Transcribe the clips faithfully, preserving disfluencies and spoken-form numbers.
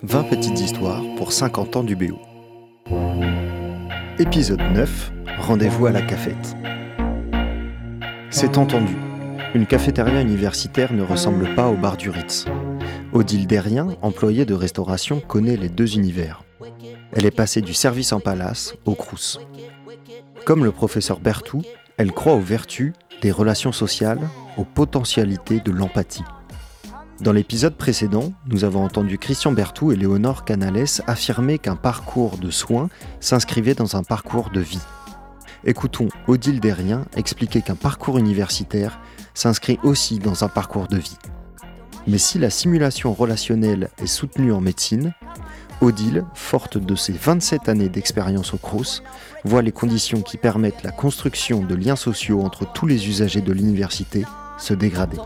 vingt petites histoires pour cinquante ans du B O. Épisode neuf, rendez-vous à la cafette. C'est entendu, une cafétéria universitaire ne ressemble pas au bar du Ritz. Odile Derrien, employée de restauration, connaît les deux univers. Elle est passée du service en palace au Crous. Comme le professeur Berthoud, elle croit aux vertus des relations sociales, aux potentialités de l'empathie. Dans l'épisode précédent, nous avons entendu Christian Berthoud et Léonore Canales affirmer qu'un parcours de soins s'inscrivait dans un parcours de vie. Écoutons Odile Derrien expliquer qu'un parcours universitaire s'inscrit aussi dans un parcours de vie. Mais si la simulation relationnelle est soutenue en médecine, Odile, forte de ses vingt-sept années d'expérience au Crous, voit les conditions qui permettent la construction de liens sociaux entre tous les usagers de l'université se dégrader.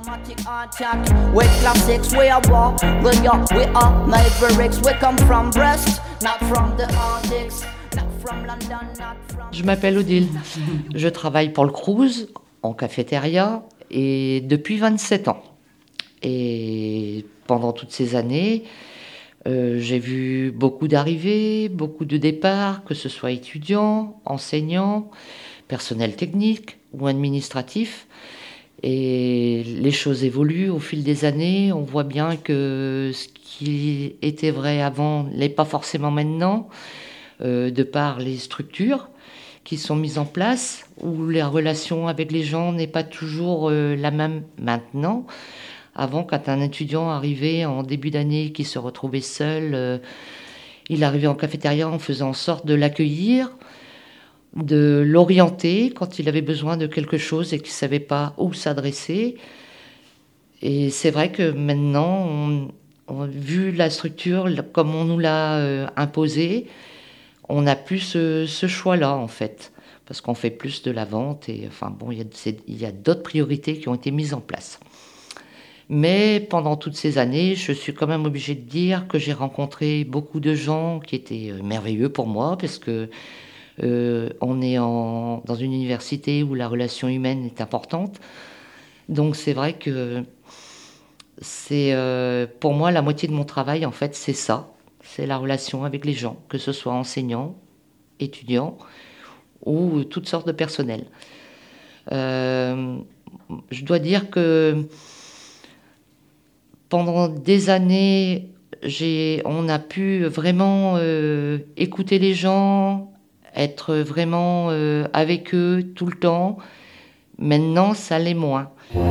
Je m'appelle Odile, je travaille pour le Crous en cafétéria et depuis vingt-sept ans. Et pendant toutes ces années, euh, j'ai vu beaucoup d'arrivées, beaucoup de départs, que ce soit étudiants, enseignants, personnel technique ou administratif. Et les choses évoluent au fil des années. On voit bien que ce qui était vrai avant n'est pas forcément maintenant, euh, de par les structures qui sont mises en place, où les relations avec les gens n'est pas toujours euh, la même maintenant. Avant, quand un étudiant arrivait en début d'année, qui se retrouvait seul, euh, il arrivait en cafétéria en faisant en sorte de l'accueillir, de l'orienter quand il avait besoin de quelque chose et qu'il ne savait pas où s'adresser. Et c'est vrai que maintenant, on, on, vu la structure comme on nous l'a euh, imposée, on n'a plus ce, ce choix-là, en fait, parce qu'on fait plus de la vente et enfin bon, il y a, il y a d'autres priorités qui ont été mises en place. Mais pendant toutes ces années, je suis quand même obligée de dire que j'ai rencontré beaucoup de gens qui étaient merveilleux pour moi, parce que Euh, on est en, dans une université où la relation humaine est importante. Donc c'est vrai que c'est, euh, pour moi, la moitié de mon travail, en fait, c'est ça. C'est la relation avec les gens, que ce soit enseignants, étudiants ou toutes sortes de personnel. Euh, je dois dire que pendant des années, j'ai, on a pu vraiment euh, écouter les gens, être vraiment euh, avec eux tout le temps. Maintenant, ça l'est moins.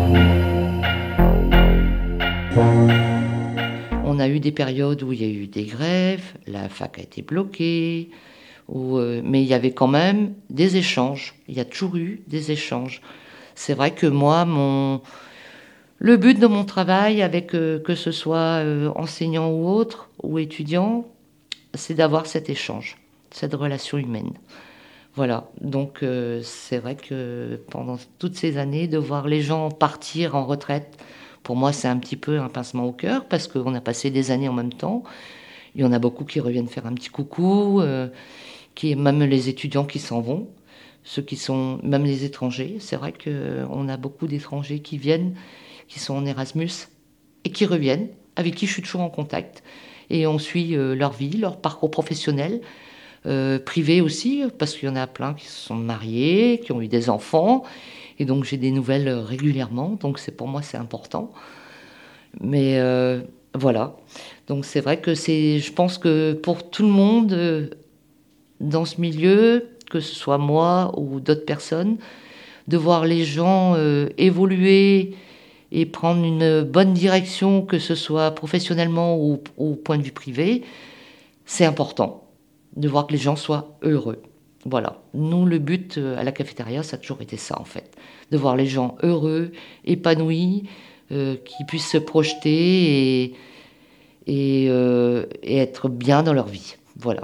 On a eu des périodes où il y a eu des grèves, la fac a été bloquée, où, euh, mais il y avait quand même des échanges. Il y a toujours eu des échanges. C'est vrai que moi, mon, le but de mon travail, avec euh, que ce soit euh, enseignant ou autre, ou étudiant, c'est d'avoir cet échange, cette relation humaine. Voilà, donc euh, c'est vrai que pendant toutes ces années, de voir les gens partir en retraite, pour moi c'est un petit peu un pincement au cœur, parce qu'on a passé des années en même temps. Il y en a beaucoup qui reviennent faire un petit coucou, euh, qui, même les étudiants qui s'en vont, ceux qui sont, même les étrangers. C'est vrai qu'on a beaucoup d'étrangers qui viennent, qui sont en Erasmus, et qui reviennent, avec qui je suis toujours en contact. Et on suit euh, leur vie, leur parcours professionnel, Euh, privés aussi, parce qu'il y en a plein qui se sont mariés, qui ont eu des enfants, et donc j'ai des nouvelles régulièrement, donc c'est, pour moi c'est important. Mais euh, voilà, donc c'est vrai que c'est, je pense que pour tout le monde euh, dans ce milieu, que ce soit moi ou d'autres personnes, de voir les gens euh, évoluer et prendre une bonne direction, que ce soit professionnellement ou au point de vue privé, c'est important. De voir que les gens soient heureux. Voilà. Nous, le but à la cafétéria, ça a toujours été ça, en fait. De voir les gens heureux, épanouis, euh, qui puissent se projeter et, et, euh, et être bien dans leur vie. Voilà.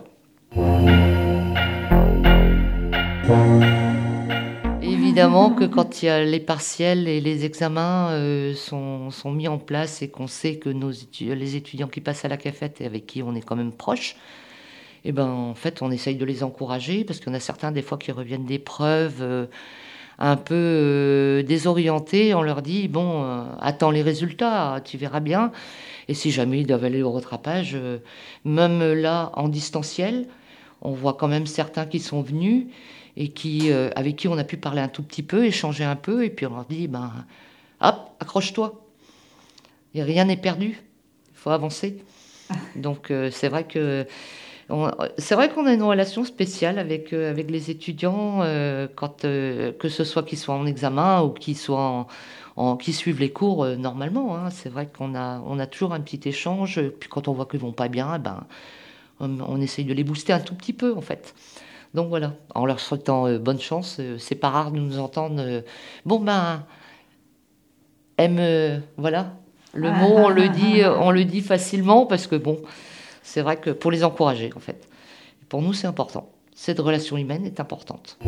Évidemment que quand il y a les partiels et les examens euh, sont, sont mis en place et qu'on sait que nos étu- les étudiants qui passent à la cafette et avec qui on est quand même proche, et ben, en fait, on essaye de les encourager, parce qu'il y en a certains, des fois, qui reviennent d'épreuves euh, un peu euh, désorientés, on leur dit, bon, euh, attends les résultats, tu verras bien. Et si jamais ils doivent aller au rattrapage, euh, même là, en distanciel, on voit quand même certains qui sont venus et qui, euh, avec qui on a pu parler un tout petit peu, échanger un peu, et puis on leur dit, ben, hop, accroche-toi. Et rien n'est perdu, il faut avancer. Donc euh, c'est vrai que on- c'est vrai qu'on a une relation spéciale avec, euh, avec les étudiants, euh, quand, euh, que ce soit qu'ils soient en examen ou qu'ils soient en, en- qu'ils suivent les cours euh, normalement, hein. C'est vrai qu'on a, on a toujours un petit échange. Puis quand on voit qu'ils vont pas bien, eh ben, on, on essaye de les booster un tout petit peu en fait. Donc voilà, en leur souhaitant euh, bonne chance. Euh, c'est pas rare de nous entendre. Euh, bon ben, aime, euh, voilà. Le mot, on le dit, on le dit facilement parce que bon, c'est vrai que pour les encourager en fait. Pour nous, c'est important. Cette relation humaine est importante.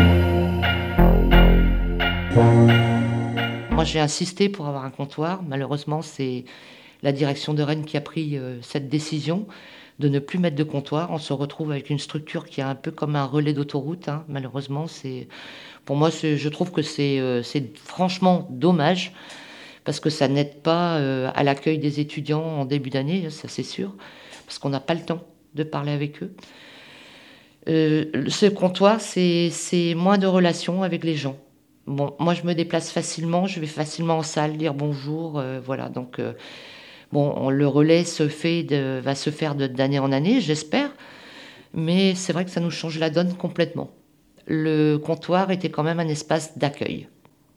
Moi, j'ai insisté pour avoir un comptoir. Malheureusement, c'est la direction de Rennes qui a pris euh, cette décision de ne plus mettre de comptoir. On se retrouve avec une structure qui est un peu comme un relais d'autoroute, hein. Malheureusement, c'est, pour moi, c'est, je trouve que c'est, euh, c'est franchement dommage parce que ça n'aide pas euh, à l'accueil des étudiants en début d'année, ça c'est sûr, parce qu'on n'a pas le temps de parler avec eux. Euh, ce comptoir, c'est, c'est moins de relations avec les gens. Bon, moi, je me déplace facilement, je vais facilement en salle dire bonjour, euh, voilà. Donc, euh, bon, on- le relais se fait de, va se faire de- d'année en année, j'espère, mais c'est vrai que ça nous change la donne complètement. Le comptoir était quand même un espace d'accueil.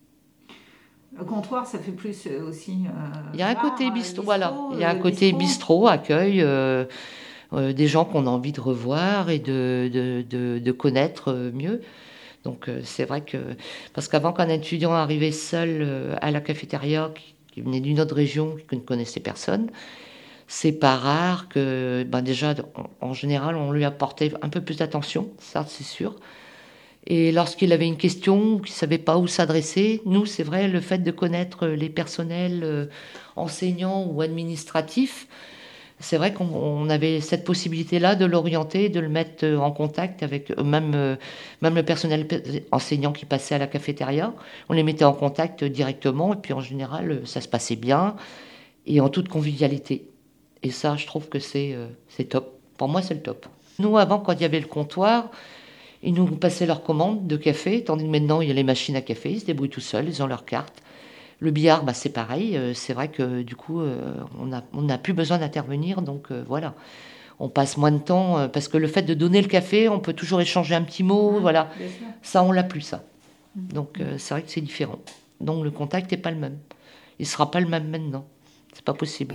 Le comptoir, ça fait plus euh, aussi euh, Il y a un bar, côté euh, bistrot, voilà, bistrot, il y a un euh, côté bistrot. bistrot, accueil, euh, euh, des gens qu'on a envie de revoir et de, de, de, de connaître euh, mieux. Donc euh, c'est vrai que... Parce qu'avant qu'un étudiant arrivait seul euh, à la cafétéria, qui, qui venait d'une autre région, qui ne connaissait personne, c'est pas rare que, ben déjà, en, en général, on lui apportait un peu plus d'attention, ça c'est sûr. Et lorsqu'il avait une question ou qu'il ne savait pas où s'adresser, nous, c'est vrai, le fait de connaître les personnels euh, enseignants ou administratifs, c'est vrai qu'on on avait cette possibilité-là de l'orienter, de le mettre euh, en contact avec euh, même, euh, même le personnel pe- enseignant qui passait à la cafétéria. On les mettait en contact directement et puis en général, euh, ça se passait bien et en toute convivialité. Et ça, je trouve que c'est euh, c'est top. Pour moi, c'est le top. Nous, avant, quand il y avait le comptoir, ils nous passaient leurs commandes de café, tandis que maintenant, il y a les machines à café, ils se débrouillent tout seuls, ils ont leur carte. Le billard, bah, c'est pareil. euh, C'est vrai que du coup, euh, on n'a on n'a plus besoin d'intervenir. Donc euh, voilà, on passe moins de temps. euh, parce que le fait de donner le café, on peut toujours échanger un petit mot. Mmh, Voilà, bien sûr. ça, on l'a plus, ça. Mmh. Donc euh, c'est vrai que c'est différent. Donc le contact n'est pas le même. Il ne sera pas le même maintenant. C'est pas possible.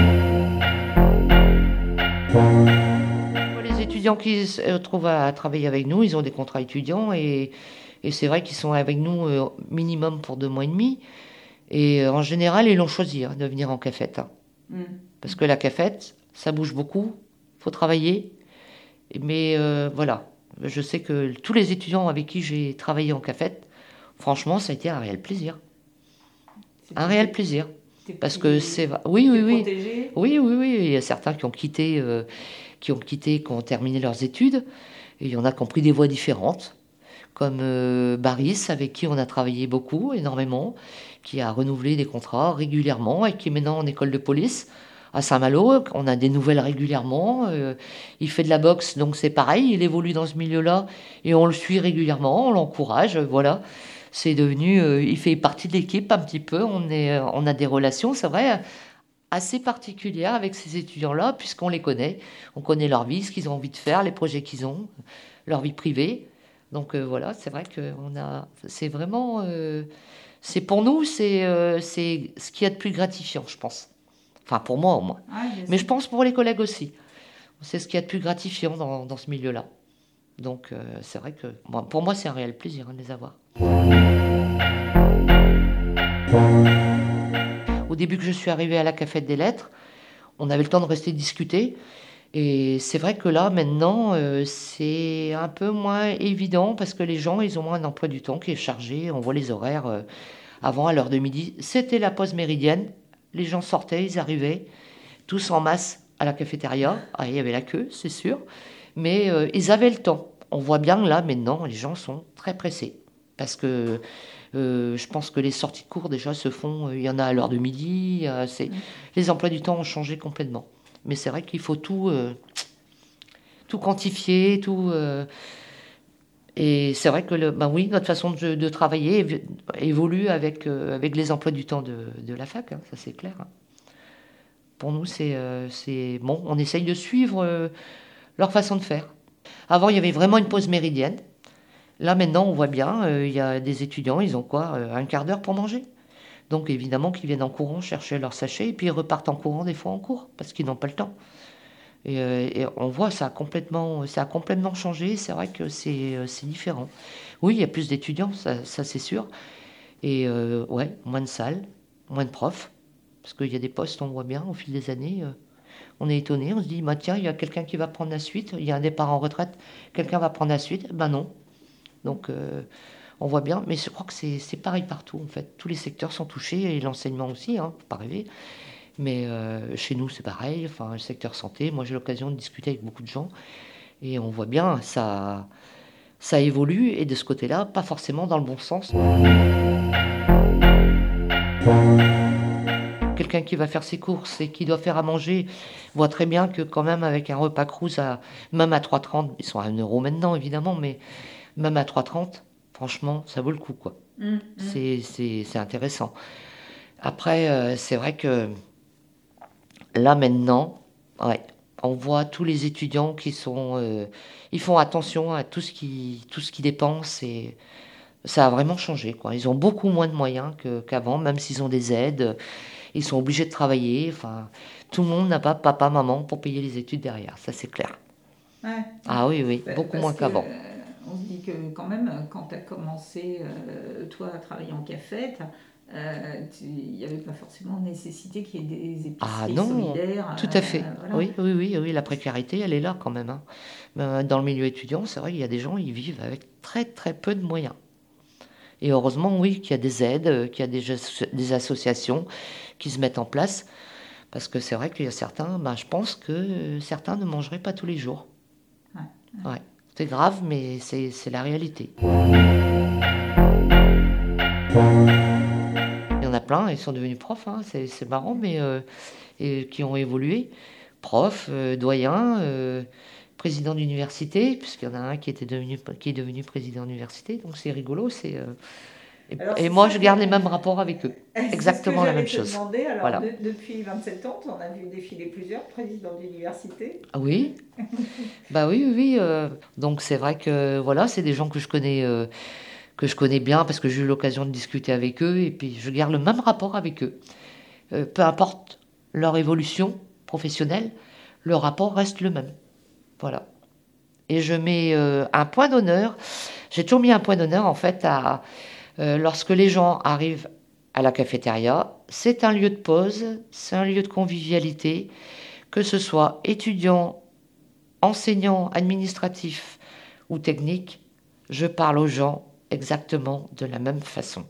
Les étudiants qui se retrouvent à travailler avec nous, ils ont des contrats étudiants et, et c'est vrai qu'ils sont avec nous euh, minimum pour deux mois et demi. Et euh, en général, ils l'ont choisi hein, de venir en cafette. Hein. Mmh. Parce que la cafette, ça bouge beaucoup, il faut travailler. Mais euh, voilà, je sais que tous les étudiants avec qui j'ai travaillé en cafette, franchement, ça a été un réel plaisir. C'est Un t'es- réel plaisir. t'es- Parce t'es- que c'est... Oui, oui, t'es oui. protégé. Oui, oui, oui. Il y a certains qui ont quitté, euh, qui ont quitté, qui ont terminé leurs études. Et il y en a qui ont pris des voies différentes. Comme euh, Baris, avec qui on a travaillé beaucoup, énormément, qui a renouvelé des contrats régulièrement et qui est maintenant en école de police à Saint-Malo. On a des nouvelles régulièrement. Euh, il fait de la boxe, donc c'est pareil, il évolue dans ce milieu-là et on le suit régulièrement, on l'encourage, voilà. C'est devenu, euh, il fait partie de l'équipe un petit peu. On, est, on a des relations, c'est vrai, assez particulières avec ces étudiants-là, puisqu'on les connaît. On connaît leur vie, ce qu'ils ont envie de faire, les projets qu'ils ont, leur vie privée. Donc euh, voilà, c'est vrai que on a, c'est vraiment, euh, c'est pour nous, c'est euh, c'est ce qu'il y a de plus gratifiant, je pense. Enfin pour moi au moins. Ouais, bien Mais sûr. je pense pour les collègues aussi. C'est ce qu'il y a de plus gratifiant dans, dans ce milieu-là. Donc euh, c'est vrai que moi, pour moi c'est un réel plaisir hein, de les avoir. Au début que je suis arrivée à la Cafette des Lettres, on avait le temps de rester discuter. Et c'est vrai que là, maintenant, euh, c'est un peu moins évident parce que les gens, ils ont moins un emploi du temps qui est chargé. On voit les horaires. euh, avant, à l'heure de midi, c'était la pause méridienne. Les gens sortaient, ils arrivaient, tous en masse à la cafétéria. Ah, il y avait la queue, c'est sûr. Mais euh, ils avaient le temps. On voit bien que là, maintenant, les gens sont très pressés. Parce que euh, je pense que les sorties de cours, déjà, se font, il y en a à l'heure de midi. Euh, c'est... Les emplois du temps ont changé complètement. Mais c'est vrai qu'il faut tout, euh, tout quantifier, tout... Euh, et c'est vrai que, le, ben oui, notre façon de, de travailler évolue avec, euh, avec les emplois du temps de, de la fac, hein, ça c'est clair. Hein. Pour nous, c'est, euh, c'est... Bon, on essaye de suivre euh, leur façon de faire. Avant, il y avait vraiment une pause méridienne. Là, maintenant, on voit bien, il euh, y a des étudiants, ils ont quoi, euh, un quart d'heure pour manger. Donc, évidemment, qu'ils viennent en courant chercher leur sachet et puis ils repartent en courant des fois en cours parce qu'ils n'ont pas le temps. Et, euh, et on voit, ça a complètement, ça a complètement changé. C'est vrai que c'est, euh, c'est différent. Oui, il y a plus d'étudiants, ça, ça c'est sûr. Et euh, ouais, moins de salles, moins de profs. Parce qu'il y a des postes, on voit bien, au fil des années, euh, on est étonné. On se dit, bah, tiens, il y a quelqu'un qui va prendre la suite. Il y a un départ en retraite, quelqu'un va prendre la suite. Ben non. Donc, euh, on voit bien. Mais je crois que c'est, c'est pareil partout, en fait. Tous les secteurs sont touchés, et l'enseignement aussi, hein, faut pas rêver. Mais euh, chez nous, c'est pareil. Enfin, le secteur santé, moi, j'ai l'occasion de discuter avec beaucoup de gens. Et on voit bien, ça, ça évolue. Et de ce côté-là, pas forcément dans le bon sens. Quelqu'un qui va faire ses courses et qui doit faire à manger voit très bien que quand même, avec un repas Crous, à, même à trois trente, ils sont à un euro maintenant, évidemment, mais même à trois trente, franchement, ça vaut le coup, quoi. Mmh, mmh. C'est, c'est, c'est intéressant. Après, euh, c'est vrai que là, maintenant, ouais, on voit tous les étudiants qui sont... Euh, ils font attention à tout ce qu'ils, tout ce qu'ils dépensent et ça a vraiment changé, quoi. Ils ont beaucoup moins de moyens que, qu'avant, même s'ils ont des aides. Ils sont obligés de travailler. Enfin, tout le monde n'a pas papa, maman pour payer les études derrière. Ça, c'est clair. Ouais. Ah oui, oui, bah, beaucoup moins que, qu'avant. Euh, on se dit que quand même, quand tu as commencé, euh, toi, à travailler en cafette, il n'y avait pas forcément nécessité qu'il y ait des épiceries ah non, solidaires. Tout à fait. Euh, voilà. Oui, oui, oui, oui, la précarité, elle est là quand même. Hein. Dans le milieu étudiant, c'est vrai qu'il y a des gens, ils vivent avec très, très peu de moyens. Et heureusement, oui, qu'il y a des aides, qu'il y a des, des associations qui se mettent en place. Parce que c'est vrai qu'il y a certains, ben, je pense que certains ne mangeraient pas tous les jours. Ouais, ouais. Ouais. C'est grave, mais c'est, c'est la réalité. Il y en a plein, ils sont devenus profs, hein, c'est, c'est marrant, mais euh, et, qui ont évolué. Profs, euh, doyens, euh, président d'université, puisqu'il y en a un qui, était devenu, qui est devenu président d'université, donc c'est rigolo. C'est, euh, et, alors, et moi, je garde les mêmes rapports avec eux. Exactement la même chose. Demander. Alors, voilà. de, depuis vingt-sept ans, on a vu défiler plusieurs présidents d'université. Ah oui. Bah oui, oui, oui. Euh, donc c'est vrai que voilà, c'est des gens que je connais, euh, que je connais bien parce que j'ai eu l'occasion de discuter avec eux et puis je garde le même rapport avec eux. Euh, peu importe leur évolution professionnelle, le rapport reste le même. Voilà. Et je mets euh, un point d'honneur. J'ai toujours mis un point d'honneur en fait à Euh, lorsque les gens arrivent à la cafétéria, c'est un lieu de pause, c'est un lieu de convivialité, que ce soit étudiants, enseignants, administratifs ou techniques, je parle aux gens exactement de la même façon.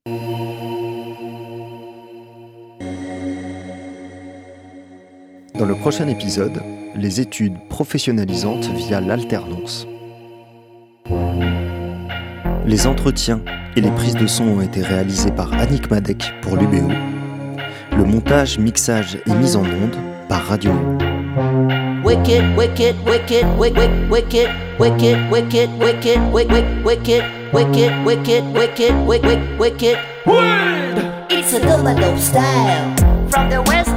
Dans le prochain épisode, les études professionnalisantes via l'alternance. Les entretiens et les prises de son ont été réalisées par Annick Madec pour l'U B O. Le montage, mixage et mise en onde par Radio U. Wicked, wicked, wicked, wicked, wicked, wicked, wicked, wicked, wicked, wicked, wicked, wicked, wicked, wicked, wicked. It's a double style from the west.